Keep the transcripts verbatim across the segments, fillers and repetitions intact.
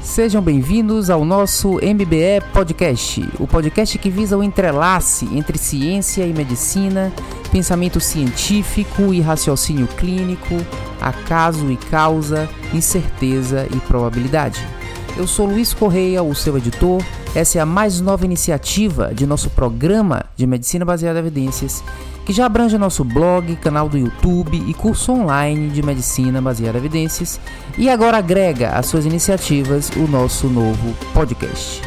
Sejam bem-vindos ao nosso M B E Podcast, o podcast que visa o entrelace entre ciência e medicina, pensamento científico e raciocínio clínico, acaso e causa, incerteza e probabilidade. Eu sou Luiz Correia, o seu editor. Essa é a mais nova iniciativa de nosso programa de Medicina Baseada em Evidências, que já abrange nosso blog, canal do YouTube e curso online de Medicina Baseada em Evidências, e agora agrega às suas iniciativas o nosso novo podcast.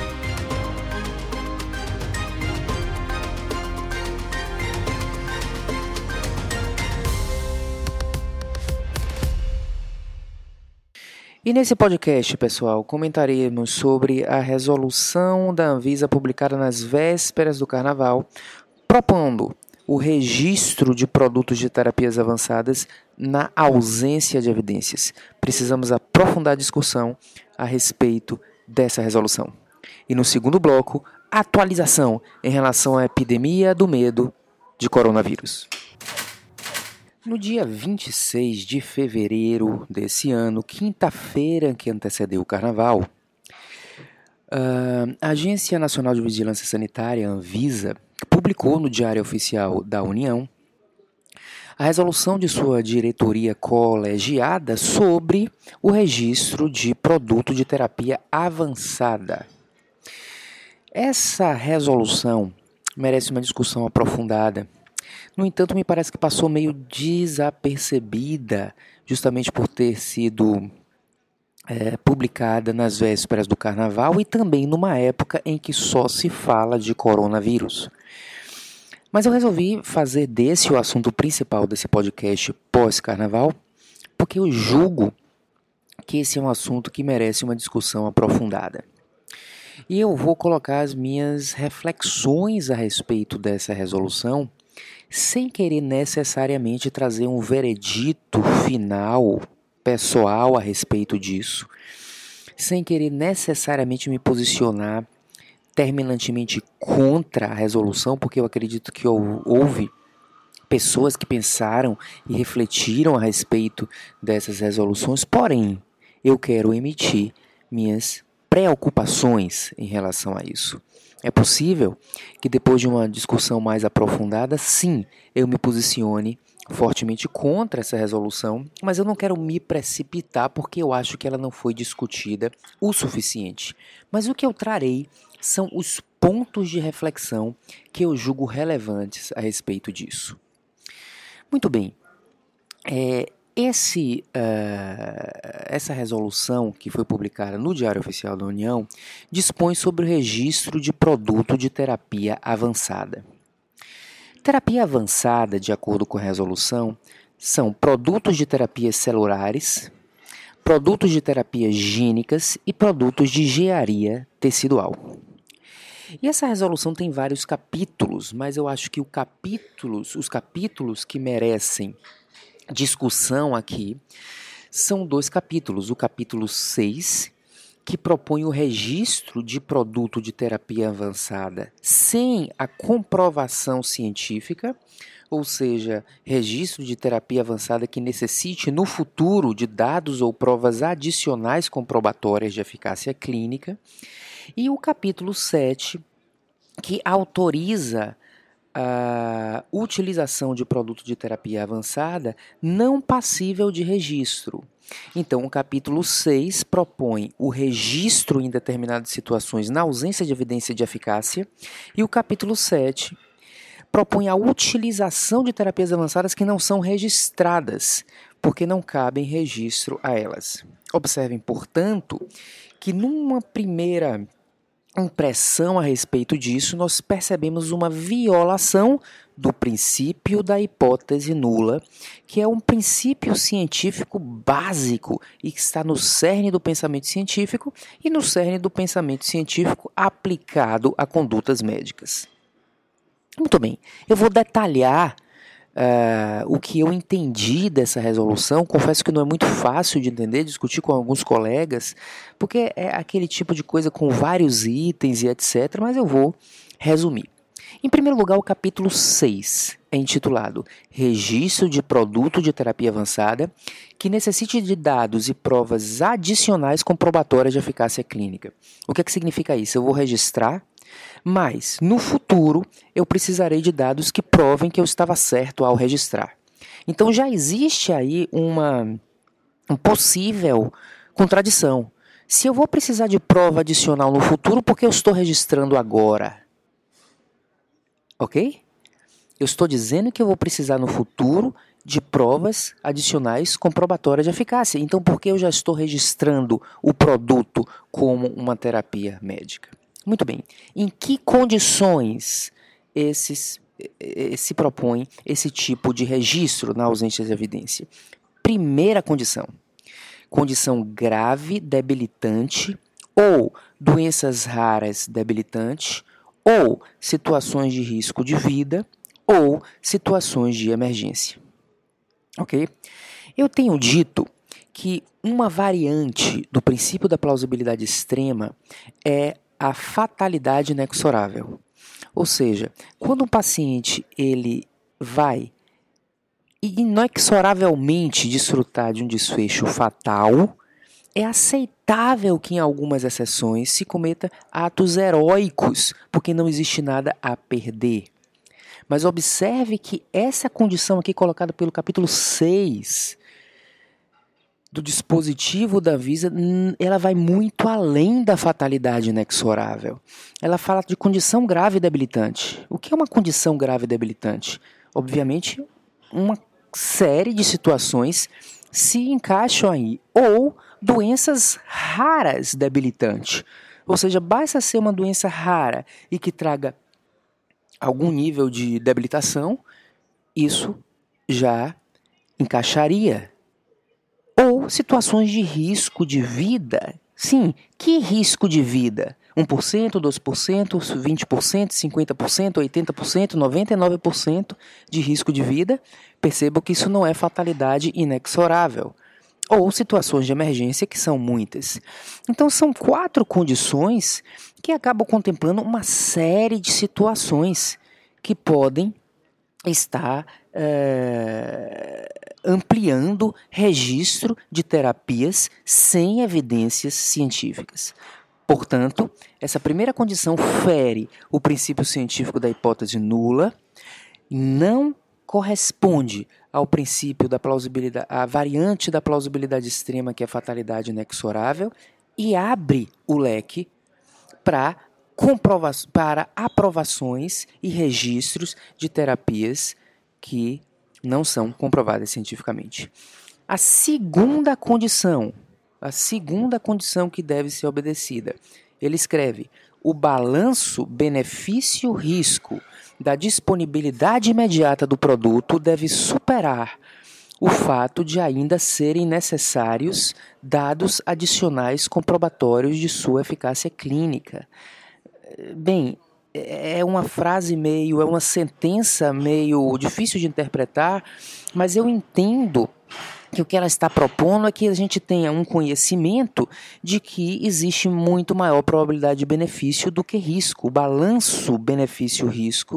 E nesse podcast, pessoal, comentaremos sobre a resolução da Anvisa publicada nas vésperas do Carnaval, propondo o registro de produtos de terapias avançadas na ausência de evidências. Precisamos aprofundar a discussão a respeito dessa resolução. E no segundo bloco, atualização em relação à epidemia do medo de coronavírus. No dia vinte e seis de fevereiro desse ano, quinta-feira que antecedeu o Carnaval, a Agência Nacional de Vigilância Sanitária, Anvisa, publicou no Diário Oficial da União a resolução de sua diretoria colegiada sobre o registro de produto de terapia avançada. Essa resolução merece uma discussão aprofundada. No entanto, me parece que passou meio desapercebida, justamente por ter sido é, publicada nas vésperas do Carnaval e também numa época em que só se fala de coronavírus. Mas eu resolvi fazer desse o assunto principal desse podcast pós-Carnaval, porque eu julgo que esse é um assunto que merece uma discussão aprofundada. E eu vou colocar as minhas reflexões a respeito dessa resolução, sem querer necessariamente trazer um veredito final, pessoal a respeito disso, sem querer necessariamente me posicionar terminantemente contra a resolução, porque eu acredito que houve pessoas que pensaram e refletiram a respeito dessas resoluções, porém, eu quero emitir minhas preocupações em relação a isso. É possível que depois de uma discussão mais aprofundada, sim, eu me posicione fortemente contra essa resolução, mas eu não quero me precipitar porque eu acho que ela não foi discutida o suficiente. Mas o que eu trarei são os pontos de reflexão que eu julgo relevantes a respeito disso. Muito bem, é, esse, uh, essa resolução que foi publicada no Diário Oficial da União dispõe sobre o registro de produto de terapia avançada. Terapia avançada, de acordo com a resolução, são produtos de terapias celulares, produtos de terapias gênicas e produtos de engenharia tecidual. E essa resolução tem vários capítulos, mas eu acho que o capítulos, os capítulos que merecem discussão aqui são dois capítulos. O capítulo seis, que propõe o registro de produto de terapia avançada sem a comprovação científica, ou seja, registro de terapia avançada que necessite no futuro de dados ou provas adicionais comprobatórias de eficácia clínica. E o capítulo sete, que autoriza a utilização de produto de terapia avançada não passível de registro. Então, o capítulo seis propõe o registro em determinadas situações na ausência de evidência de eficácia, e o capítulo sete propõe a utilização de terapias avançadas que não são registradas, porque não cabem registro a elas. Observem, portanto, que numa primeira impressão a respeito disso, nós percebemos uma violação do princípio da hipótese nula, que é um princípio científico básico e que está no cerne do pensamento científico e no cerne do pensamento científico aplicado a condutas médicas. Muito bem, eu vou detalhar Uh, o que eu entendi dessa resolução. Confesso que não é muito fácil de entender, discutir com alguns colegas, porque é aquele tipo de coisa com vários itens e etcétera, mas eu vou resumir. Em primeiro lugar, o capítulo seis é intitulado Registro de Produto de Terapia Avançada que necessite de dados e provas adicionais comprobatórias de eficácia clínica. O que é que significa isso? Eu vou registrar, mas no futuro eu precisarei de dados que provem que eu estava certo ao registrar. Então já existe aí uma, uma possível contradição. Se eu vou precisar de prova adicional no futuro, por que eu estou registrando agora? Ok? Eu estou dizendo que eu vou precisar no futuro de provas adicionais comprobatórias de eficácia. Então, por que eu já estou registrando o produto como uma terapia médica? Muito bem. Em que condições esses, se propõe esse tipo de registro na ausência de evidência? Primeira condição. Condição grave, debilitante, ou doenças raras debilitantes, ou situações de risco de vida, ou situações de emergência. Ok? Eu tenho dito que uma variante do princípio da plausibilidade extrema é a fatalidade inexorável. Ou seja, quando um paciente ele vai inexoravelmente desfrutar de um desfecho fatal, é aceitável que em algumas exceções se cometa atos heróicos, porque não existe nada a perder. Mas observe que essa condição aqui colocada pelo capítulo seis do dispositivo da Anvisa, ela vai muito além da fatalidade inexorável. Ela fala de condição grave e debilitante. O que é uma condição grave e debilitante? Obviamente, uma série de situações se encaixam aí. Ou doenças raras debilitantes. Ou seja, basta ser uma doença rara e que traga algum nível de debilitação, isso já encaixaria. Ou situações de risco de vida. Sim, que risco de vida? um por cento, doze por cento, vinte por cento, cinquenta por cento, oitenta por cento, noventa e nove por cento de risco de vida? Percebam que isso não é fatalidade inexorável. Ou situações de emergência, que são muitas. Então, são quatro condições que acabam contemplando uma série de situações que podem estar é, ampliando registro de terapias sem evidências científicas. Portanto, essa primeira condição fere o princípio científico da hipótese nula, não corresponde ao princípio da plausibilidade, a variante da plausibilidade extrema, que é a fatalidade inexorável, e abre o leque para comprova- para aprovações e registros de terapias que não são comprovadas cientificamente. A segunda condição, a segunda condição que deve ser obedecida, ele escreve: o balanço benefício-risco da disponibilidade imediata do produto deve superar o fato de ainda serem necessários dados adicionais comprobatórios de sua eficácia clínica. Bem, é uma frase meio, é uma sentença meio difícil de interpretar, mas eu entendo que o que ela está propondo é que a gente tenha um conhecimento de que existe muito maior probabilidade de benefício do que risco. O balanço benefício-risco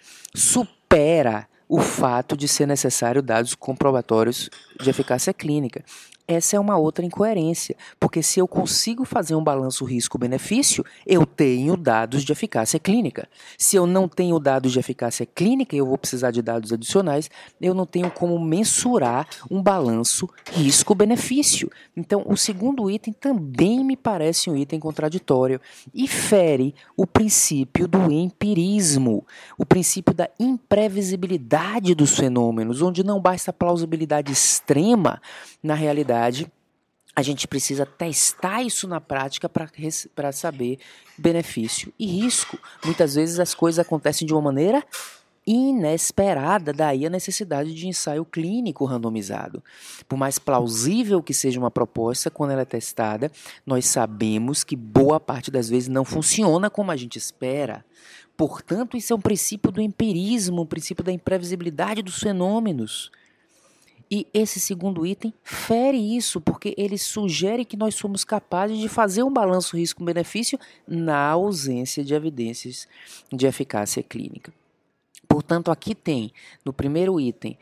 supera o fato de ser necessário dados comprobatórios de eficácia clínica. Essa é uma outra incoerência, porque se eu consigo fazer um balanço risco-benefício, eu tenho dados de eficácia clínica. Se eu não tenho dados de eficácia clínica e eu vou precisar de dados adicionais, eu não tenho como mensurar um balanço risco-benefício. Então, o segundo item também me parece um item contraditório e fere o princípio do empirismo, o princípio da imprevisibilidade dos fenômenos, onde não basta plausibilidade extrema. Na realidade, a gente precisa testar isso na prática para saber benefício e risco. Muitas vezes as coisas acontecem de uma maneira inesperada, daí a necessidade de ensaio clínico randomizado. Por mais plausível que seja uma proposta, quando ela é testada, nós sabemos que boa parte das vezes não funciona como a gente espera. Portanto, isso é um princípio do empirismo, um princípio da imprevisibilidade dos fenômenos. E esse segundo item fere isso, porque ele sugere que nós somos capazes de fazer um balanço risco-benefício na ausência de evidências de eficácia clínica. Portanto, aqui tem, no primeiro item,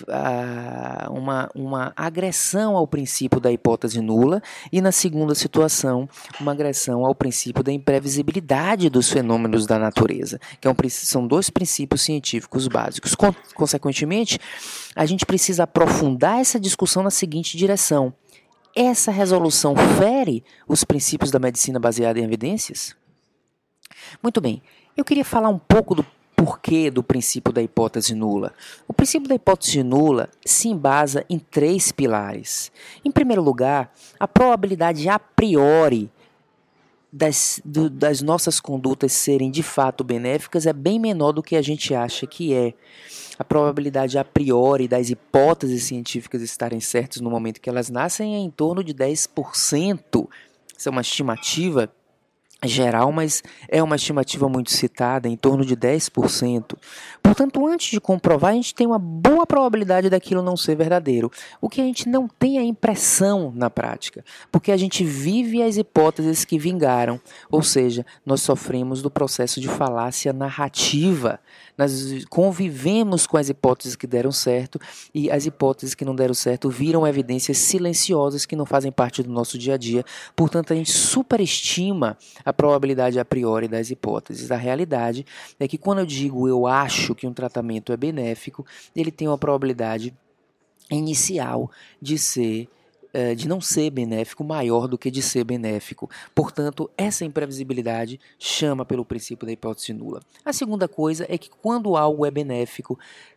uma, uma agressão ao princípio da hipótese nula e, na segunda situação, uma agressão ao princípio da imprevisibilidade dos fenômenos da natureza, que é um, são dois princípios científicos básicos. Consequentemente, a gente precisa aprofundar essa discussão na seguinte direção. Essa resolução fere os princípios da medicina baseada em evidências? Muito bem, eu queria falar um pouco do porquê do princípio da hipótese nula. O princípio da hipótese nula se embasa em três pilares. Em primeiro lugar, a probabilidade a priori das, do, das nossas condutas serem de fato benéficas é bem menor do que a gente acha que é. A probabilidade a priori das hipóteses científicas estarem certas no momento que elas nascem é em torno de dez por cento. Isso é uma estimativa geral, mas é uma estimativa muito citada, em torno de dez por cento. Portanto, antes de comprovar, a gente tem uma boa probabilidade daquilo não ser verdadeiro. O que a gente não tem é impressão na prática, porque a gente vive as hipóteses que vingaram, ou seja, nós sofremos do processo de falácia narrativa. Nós convivemos com as hipóteses que deram certo e as hipóteses que não deram certo viram evidências silenciosas que não fazem parte do nosso dia a dia. Portanto, a gente superestima a probabilidade a priori das hipóteses. A realidade é que quando eu digo eu acho que um tratamento é benéfico, ele tem uma probabilidade inicial de ser de não ser benéfico maior do que de ser benéfico. Portanto, essa imprevisibilidade chama pelo princípio da hipótese nula. A segunda coisa é que quando algo é benéfico,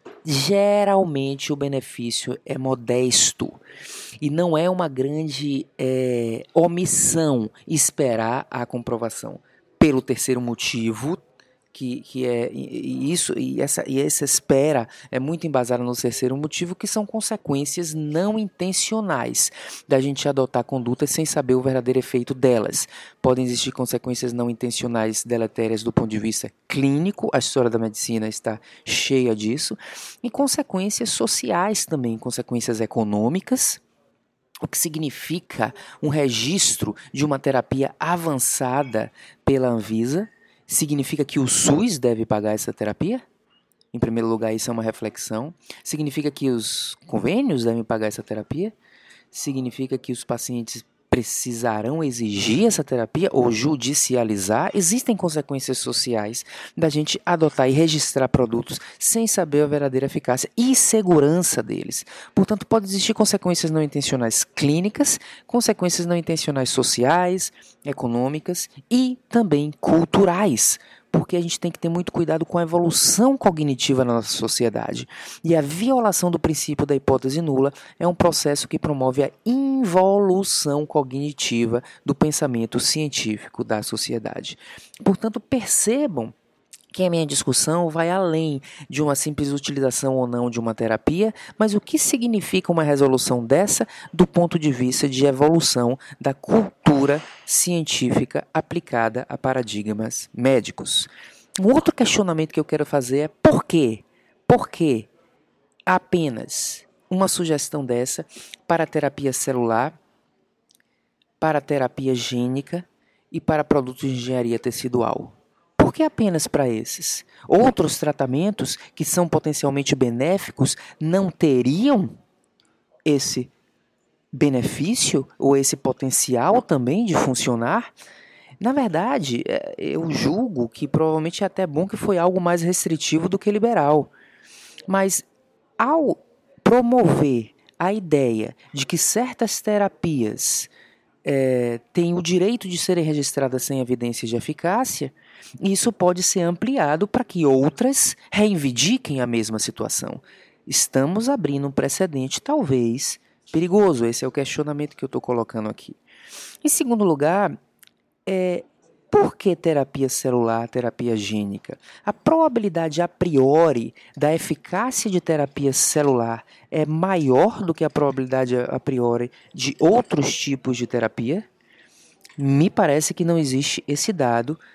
geralmente o benefício é modesto e não é uma grande é, omissão esperar a comprovação. Pelo terceiro motivo, Que, que é e isso e essa, e essa espera é muito embasada no terceiro motivo, que são consequências não intencionais da gente adotar condutas sem saber o verdadeiro efeito delas. Podem existir consequências não intencionais deletérias do ponto de vista clínico, a história da medicina está cheia disso, e consequências sociais também, consequências econômicas, o que significa um registro de uma terapia avançada pela Anvisa. Significa que o SUS deve pagar essa terapia? Em primeiro lugar, isso é uma reflexão. Significa que os convênios devem pagar essa terapia? Significa que os pacientes precisarão exigir essa terapia ou judicializar? Existem consequências sociais da gente adotar e registrar produtos sem saber a verdadeira eficácia e segurança deles. Portanto, pode existir consequências não intencionais clínicas, consequências não intencionais sociais, econômicas e também culturais, porque a gente tem que ter muito cuidado com a evolução cognitiva na nossa sociedade. E a violação do princípio da hipótese nula é um processo que promove a involução cognitiva do pensamento científico da sociedade. Portanto, percebam que a minha discussão vai além de uma simples utilização ou não de uma terapia, mas o que significa uma resolução dessa do ponto de vista de evolução da cultura científica aplicada a paradigmas médicos. Um outro questionamento que eu quero fazer é por quê? Por que apenas uma sugestão dessa para a terapia celular, para a terapia gênica e para produtos de engenharia tecidual? Por que apenas para esses? Outros tratamentos que são potencialmente benéficos não teriam esse benefício ou esse potencial também de funcionar? Na verdade, eu julgo que provavelmente é até bom que foi algo mais restritivo do que liberal. Mas ao promover a ideia de que certas terapias é, têm o direito de serem registradas sem evidência de eficácia, isso pode ser ampliado para que outras reivindiquem a mesma situação. Estamos abrindo um precedente, talvez, perigoso. Esse é o questionamento que eu estou colocando aqui. Em segundo lugar, é, por que terapia celular, terapia gênica? A probabilidade a priori da eficácia de terapia celular é maior do que a probabilidade a priori de outros tipos de terapia? Me parece que não existe esse dado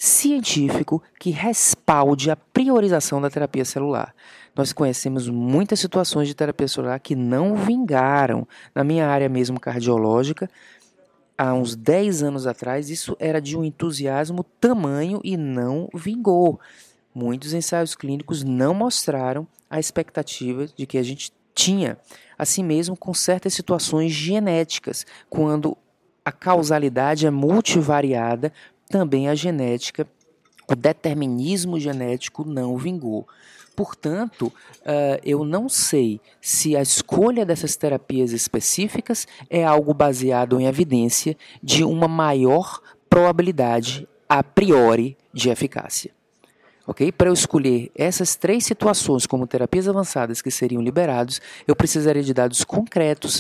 científico que respalde a priorização da terapia celular. Nós conhecemos muitas situações de terapia celular que não vingaram. Na minha área mesmo cardiológica, há uns dez anos atrás, isso era de um entusiasmo tamanho e não vingou. Muitos ensaios clínicos não mostraram a expectativa de que a gente tinha. Assim mesmo, com certas situações genéticas, quando a causalidade é multivariada, também a genética, o determinismo genético não vingou. Portanto, uh, eu não sei se a escolha dessas terapias específicas é algo baseado em evidência de uma maior probabilidade a priori de eficácia. Okay? Para eu escolher essas três situações como terapias avançadas que seriam liberados, eu precisaria de dados concretos,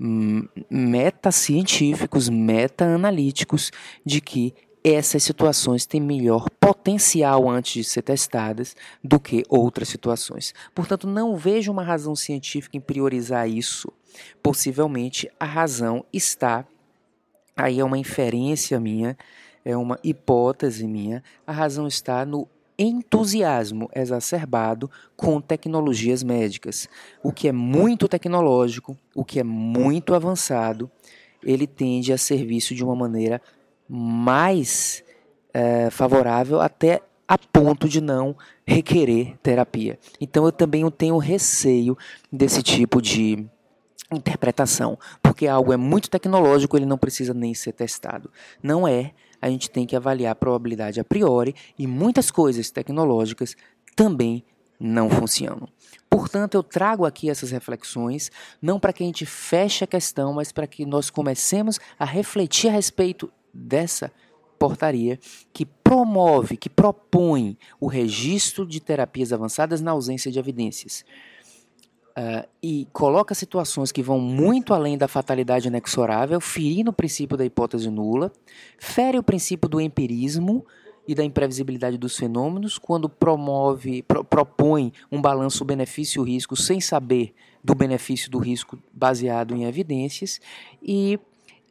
meta-científicos, meta-analíticos, de que essas situações têm melhor potencial antes de ser testadas do que outras situações. Portanto, não vejo uma razão científica em priorizar isso. Possivelmente, a razão está, aí é uma inferência minha, é uma hipótese minha, a razão está no entusiasmo exacerbado com tecnologias médicas. O que é muito tecnológico, o que é muito avançado, ele tende a serviço de uma maneira mais é, favorável até a ponto de não requerer terapia. Então eu também tenho receio desse tipo de interpretação, porque algo é muito tecnológico, ele não precisa nem ser testado. Não é, a gente tem que avaliar a probabilidade a priori e muitas coisas tecnológicas também não funcionam. Portanto, eu trago aqui essas reflexões, não para que a gente feche a questão, mas para que nós comecemos a refletir a respeito dessa portaria que promove, que propõe o registro de terapias avançadas na ausência de evidências. Uh, e coloca situações que vão muito além da fatalidade inexorável, ferindo o princípio da hipótese nula, fere o princípio do empirismo e da imprevisibilidade dos fenômenos, quando promove, pro, propõe um balanço benefício-risco sem saber do benefício do risco baseado em evidências, e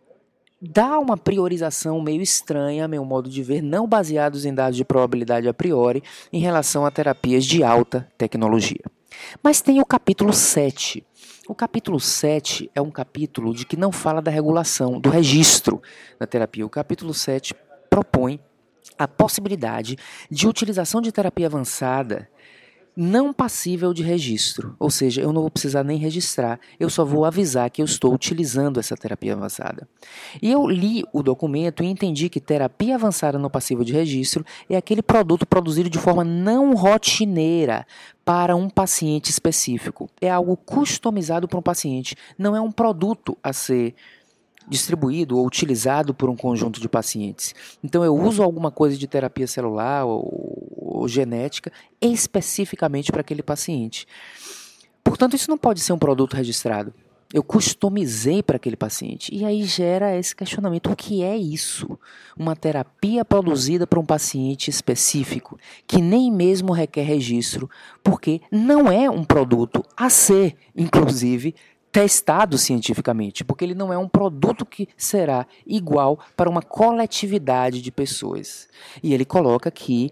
dá uma priorização meio estranha, a meu modo de ver, não baseados em dados de probabilidade a priori, em relação a terapias de alta tecnologia. Mas tem o capítulo sete. O capítulo sete é um capítulo de que não fala da regulação, do registro da terapia. O capítulo sete propõe a possibilidade de utilização de terapia avançada não passível de registro, ou seja, eu não vou precisar nem registrar, eu só vou avisar que eu estou utilizando essa terapia avançada. E eu li o documento e entendi que terapia avançada não passível de registro é aquele produto produzido de forma não rotineira para um paciente específico. É algo customizado para um paciente, não é um produto a ser distribuído ou utilizado por um conjunto de pacientes. Então eu uso alguma coisa de terapia celular ou, ou genética especificamente para aquele paciente. Portanto, isso não pode ser um produto registrado. Eu customizei para aquele paciente. E aí gera esse questionamento: o que é isso? Uma terapia produzida para um paciente específico, que nem mesmo requer registro, porque não é um produto a ser, inclusive, testado cientificamente, porque ele não é um produto que será igual para uma coletividade de pessoas. E ele coloca que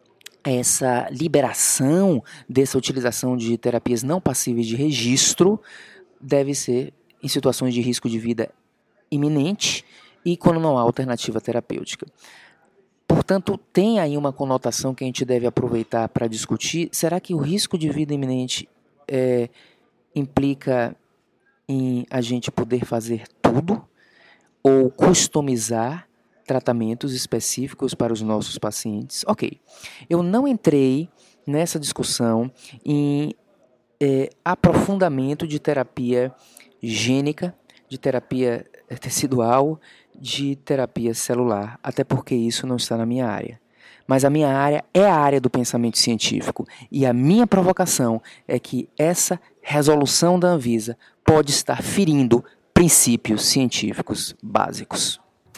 essa liberação dessa utilização de terapias não passíveis de registro deve ser em situações de risco de vida iminente e quando não há alternativa terapêutica. Portanto, tem aí uma conotação que a gente deve aproveitar para discutir. Será que o risco de vida iminente é, implica em a gente poder fazer tudo ou customizar tratamentos específicos para os nossos pacientes? Ok, eu não entrei nessa discussão em é, aprofundamento de terapia gênica, de terapia tecidual, de terapia celular, até porque isso não está na minha área. Mas a minha área é a área do pensamento científico e a minha provocação é que essa resolução da Anvisa pode estar ferindo princípios científicos básicos.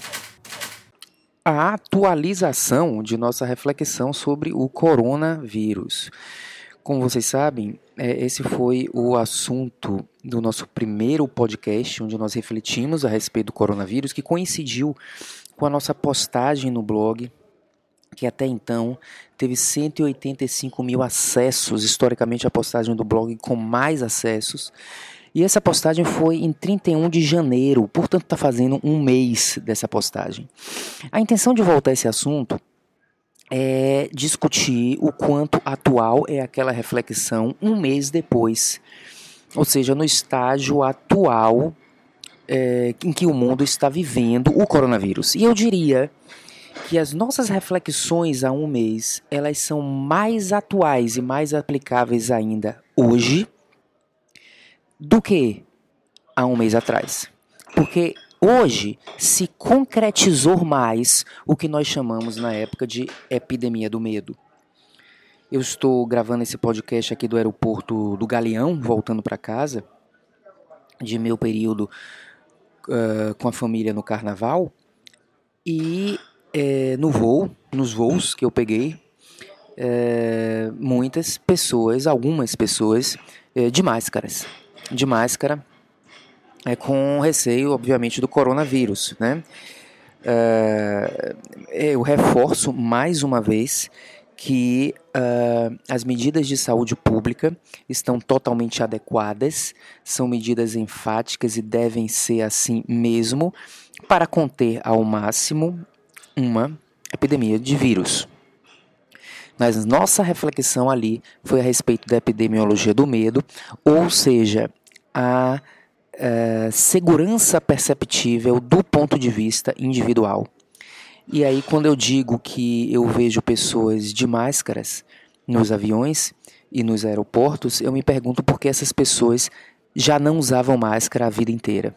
A atualização de nossa reflexão sobre o coronavírus. Como vocês sabem, esse foi o assunto do nosso primeiro podcast, onde nós refletimos a respeito do coronavírus, que coincidiu com a nossa postagem no blog, que até então teve cento e oitenta e cinco mil acessos, historicamente a postagem do blog com mais acessos. E essa postagem foi em trinta e um de janeiro, portanto está fazendo um mês dessa postagem. A intenção de voltar a esse assunto é discutir o quanto atual é aquela reflexão um mês depois, ou seja, no estágio atual é, em que o mundo está vivendo o coronavírus. E eu diria que as nossas reflexões há um mês, elas são mais atuais e mais aplicáveis ainda hoje do que há um mês atrás. Porque hoje se concretizou mais o que nós chamamos na época de epidemia do medo. Eu estou gravando esse podcast aqui do aeroporto do Galeão, voltando para casa, de meu período uh, com a família no carnaval, e é, no voo, nos voos que eu peguei, é, muitas pessoas, algumas pessoas é, de máscaras, de máscara, é, com receio, obviamente, do coronavírus, né? É, eu reforço mais uma vez que uh, as medidas de saúde pública estão totalmente adequadas, são medidas enfáticas e devem ser assim mesmo para conter ao máximo uma epidemia de vírus. Mas nossa reflexão ali foi a respeito da epidemiologia do medo, ou seja, a uh, segurança perceptível do ponto de vista individual. E aí, quando eu digo que eu vejo pessoas de máscaras nos aviões e nos aeroportos, eu me pergunto por que essas pessoas já não usavam máscara a vida inteira.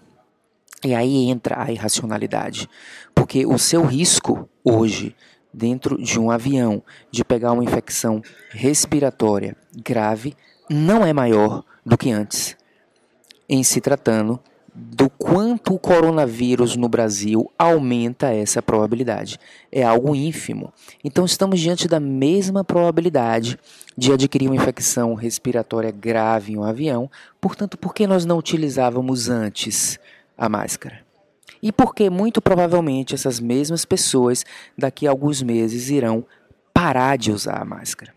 E aí entra a irracionalidade, porque o seu risco hoje, dentro de um avião, de pegar uma infecção respiratória grave, não é maior do que antes, em se tratando do quanto o coronavírus no Brasil aumenta essa probabilidade. É algo ínfimo. Então estamos diante da mesma probabilidade de adquirir uma infecção respiratória grave em um avião. Portanto, por que nós não utilizávamos antes a máscara? E por que muito provavelmente essas mesmas pessoas daqui a alguns meses irão parar de usar a máscara?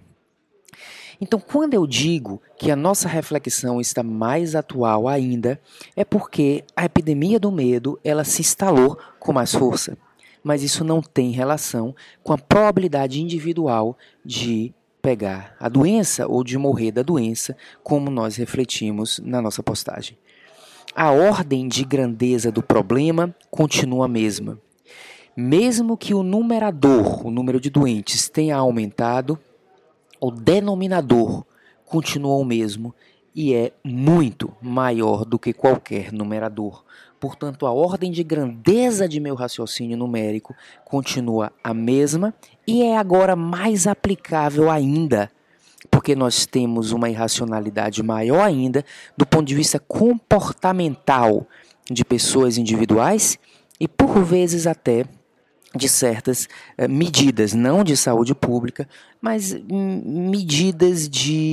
Então, quando eu digo que a nossa reflexão está mais atual ainda, é porque a epidemia do medo ela se instalou com mais força. Mas isso não tem relação com a probabilidade individual de pegar a doença ou de morrer da doença, como nós refletimos na nossa postagem. A ordem de grandeza do problema continua a mesma. Mesmo que o numerador, o número de doentes, tenha aumentado, o denominador continua o mesmo e é muito maior do que qualquer numerador. Portanto, a ordem de grandeza de meu raciocínio numérico continua a mesma e é agora mais aplicável ainda, porque nós temos uma irracionalidade maior ainda do ponto de vista comportamental de pessoas individuais e, por vezes, até de certas eh, medidas, não de saúde pública, mas hum, medidas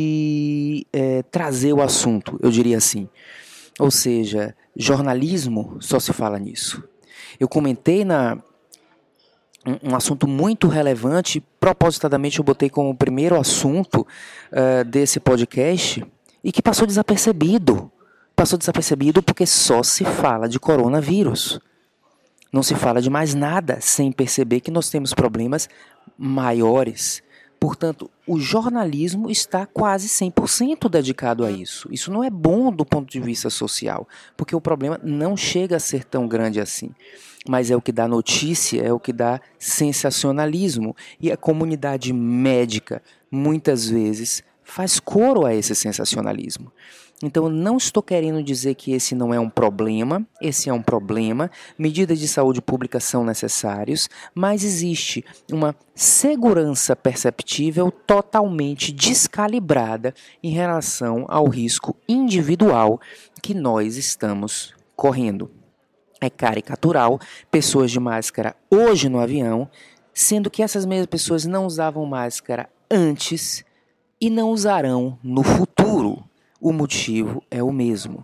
de eh, trazer o assunto, eu diria assim. Ou seja, jornalismo só se fala nisso. Eu comentei na, um, um assunto muito relevante, propositadamente eu botei como primeiro assunto uh, desse podcast e que passou desapercebido. Passou desapercebido porque só se fala de coronavírus. Não se fala de mais nada sem perceber que nós temos problemas maiores. Portanto, o jornalismo está quase cem por cento dedicado a isso. Isso não é bom do ponto de vista social, porque o problema não chega a ser tão grande assim. Mas é o que dá notícia, é o que dá sensacionalismo. E a comunidade médica, muitas vezes, faz coro a esse sensacionalismo. Então, eu não estou querendo dizer que esse não é um problema, esse é um problema, medidas de saúde pública são necessárias, mas existe uma segurança perceptível totalmente descalibrada em relação ao risco individual que nós estamos correndo. É caricatural pessoas de máscara hoje no avião, sendo que essas mesmas pessoas não usavam máscara antes e não usarão no futuro. O motivo é o mesmo.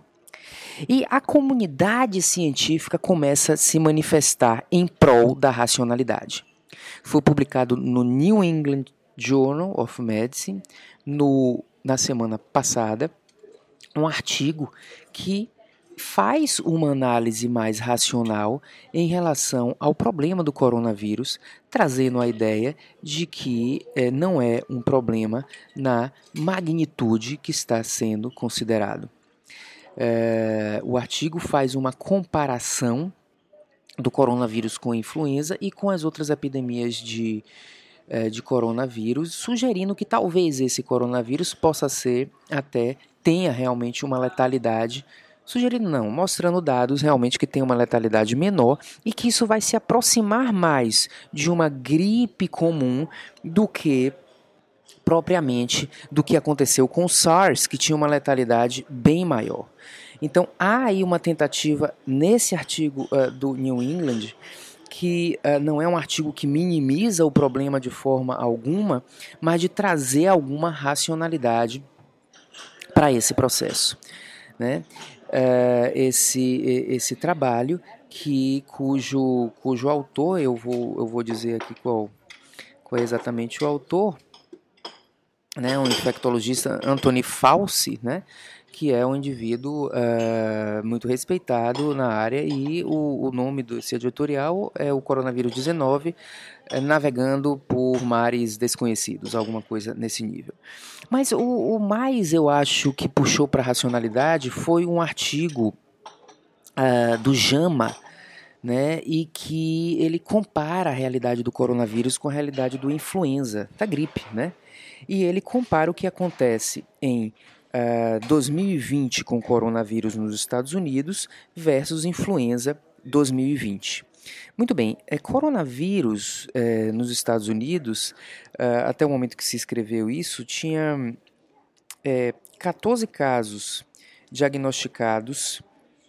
E a comunidade científica começa a se manifestar em prol da racionalidade. Foi publicado no New England Journal of Medicine no, na semana passada, um artigo que faz uma análise mais racional em relação ao problema do coronavírus, trazendo a ideia de que eh, não é um problema na magnitude que está sendo considerado. Eh, o artigo faz uma comparação do coronavírus com a influenza e com as outras epidemias de, eh, de coronavírus, sugerindo que talvez esse coronavírus possa ser até, tenha realmente uma letalidade. Sugerindo não, mostrando dados realmente que tem uma letalidade menor e que isso vai se aproximar mais de uma gripe comum do que propriamente do que aconteceu com o SARS, que tinha uma letalidade bem maior. Então há aí uma tentativa nesse artigo uh, do New England, que uh, não é um artigo que minimiza o problema de forma alguma, mas de trazer alguma racionalidade para esse processo, né? Uh, esse, esse trabalho que, cujo, cujo autor, eu vou, eu vou dizer aqui qual, qual é exatamente o autor, né, um infectologista, Anthony Fauci, né, que é um indivíduo uh, muito respeitado na área, e o, o nome desse editorial é o Coronavírus dezenove, uh, navegando por mares desconhecidos, alguma coisa nesse nível. Mas o, o mais, eu acho, que puxou para a racionalidade foi um artigo uh, do JAMA, né, e que ele compara a realidade do coronavírus com a realidade do influenza, da gripe, né? E ele compara o que acontece em uh, dois mil e vinte com o coronavírus nos Estados Unidos versus influenza dois mil e vinte. Muito bem, é, coronavírus é, nos Estados Unidos, uh, até o momento que se escreveu isso, tinha é, catorze casos diagnosticados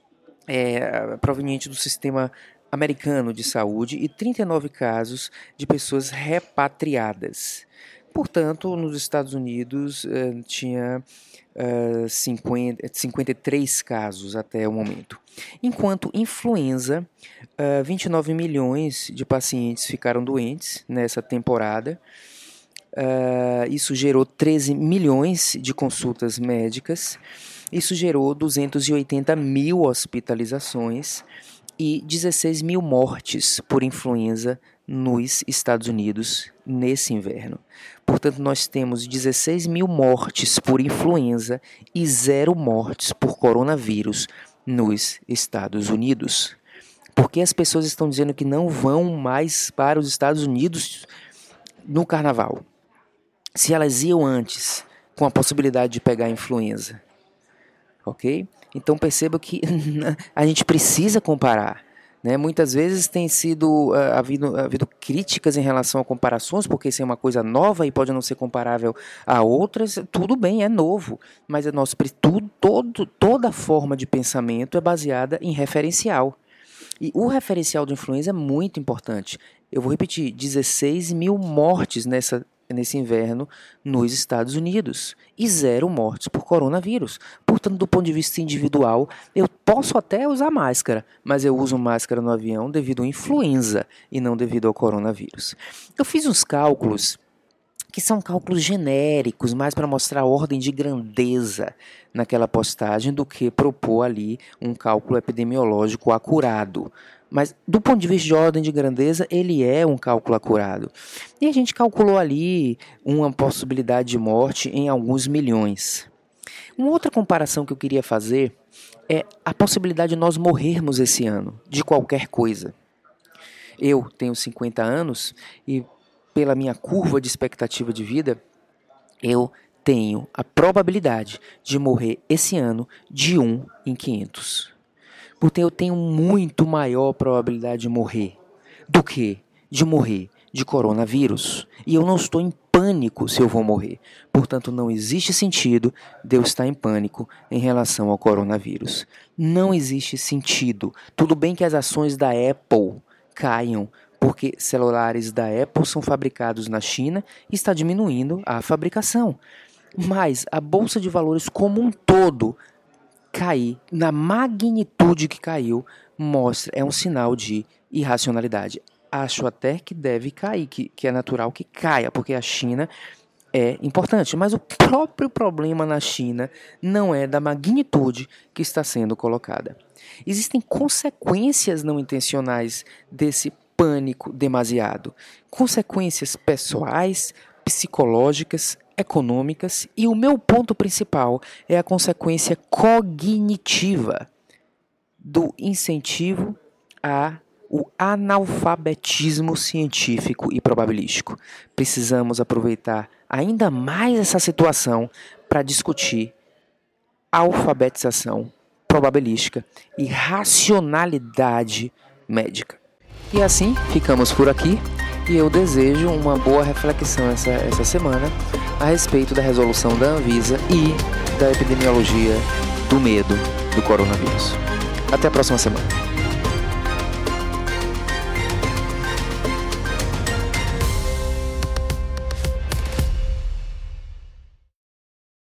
é, provenientes do sistema americano de saúde e trinta e nove casos de pessoas repatriadas. Portanto, nos Estados Unidos uh, tinha uh, cinquenta, cinquenta e três casos até o momento. Enquanto influenza, uh, vinte e nove milhões de pacientes ficaram doentes nessa temporada. Uh, isso gerou treze milhões de consultas médicas. Isso gerou duzentas e oitenta mil hospitalizações e dezesseis mil mortes por influenza nos Estados Unidos nesse inverno. Portanto, nós temos dezesseis mil mortes por influenza e zero mortes por coronavírus nos Estados Unidos. Por que as pessoas estão dizendo que não vão mais para os Estados Unidos no carnaval, se elas iam antes com a possibilidade de pegar a influenza? Ok? Então perceba que a gente precisa comparar. Né? Muitas vezes tem sido uh, havido, havido críticas em relação a comparações, porque isso é uma coisa nova e pode não ser comparável a outras. Tudo bem, é novo, mas é nosso, tudo, todo, toda forma de pensamento é baseada em referencial. E o referencial de influenza é muito importante. Eu vou repetir, dezesseis mil mortes nessa nesse inverno nos Estados Unidos e zero mortes por coronavírus. Portanto, do ponto de vista individual, eu posso até usar máscara, mas eu uso máscara no avião devido à influenza e não devido ao coronavírus. Eu fiz uns cálculos que são cálculos genéricos, mais para mostrar a ordem de grandeza naquela postagem do que propor ali um cálculo epidemiológico acurado. Mas, do ponto de vista de ordem de grandeza, ele é um cálculo acurado. E a gente calculou ali uma possibilidade de morte em alguns milhões. Uma outra comparação que eu queria fazer é a possibilidade de nós morrermos esse ano, de qualquer coisa. Eu tenho cinquenta anos e, pela minha curva de expectativa de vida, eu tenho a probabilidade de morrer esse ano de um em quinhentos. Porque eu tenho muito maior probabilidade de morrer do que de morrer de coronavírus. E eu não estou em pânico se eu vou morrer. Portanto, não existe sentido de eu estar em pânico em relação ao coronavírus. Não existe sentido. Tudo bem que as ações da Apple caiam, porque celulares da Apple são fabricados na China e está diminuindo a fabricação. Mas a Bolsa de Valores como um todo cair na magnitude que caiu mostra, é um sinal de irracionalidade. acho até que deve cair, que, que é natural que caia, porque a China é importante. Mas o próprio problema na China não é da magnitude que está sendo colocada. Existem consequências não intencionais desse pânico demasiado. Consequências pessoais, psicológicas, econômicas, e o meu ponto principal é a consequência cognitiva do incentivo a o analfabetismo científico e probabilístico. Precisamos aproveitar ainda mais essa situação para discutir alfabetização probabilística e racionalidade médica. E assim, ficamos por aqui e eu desejo uma boa reflexão essa, essa semana a respeito da resolução da Anvisa e da epidemiologia do medo do coronavírus. Até a próxima semana.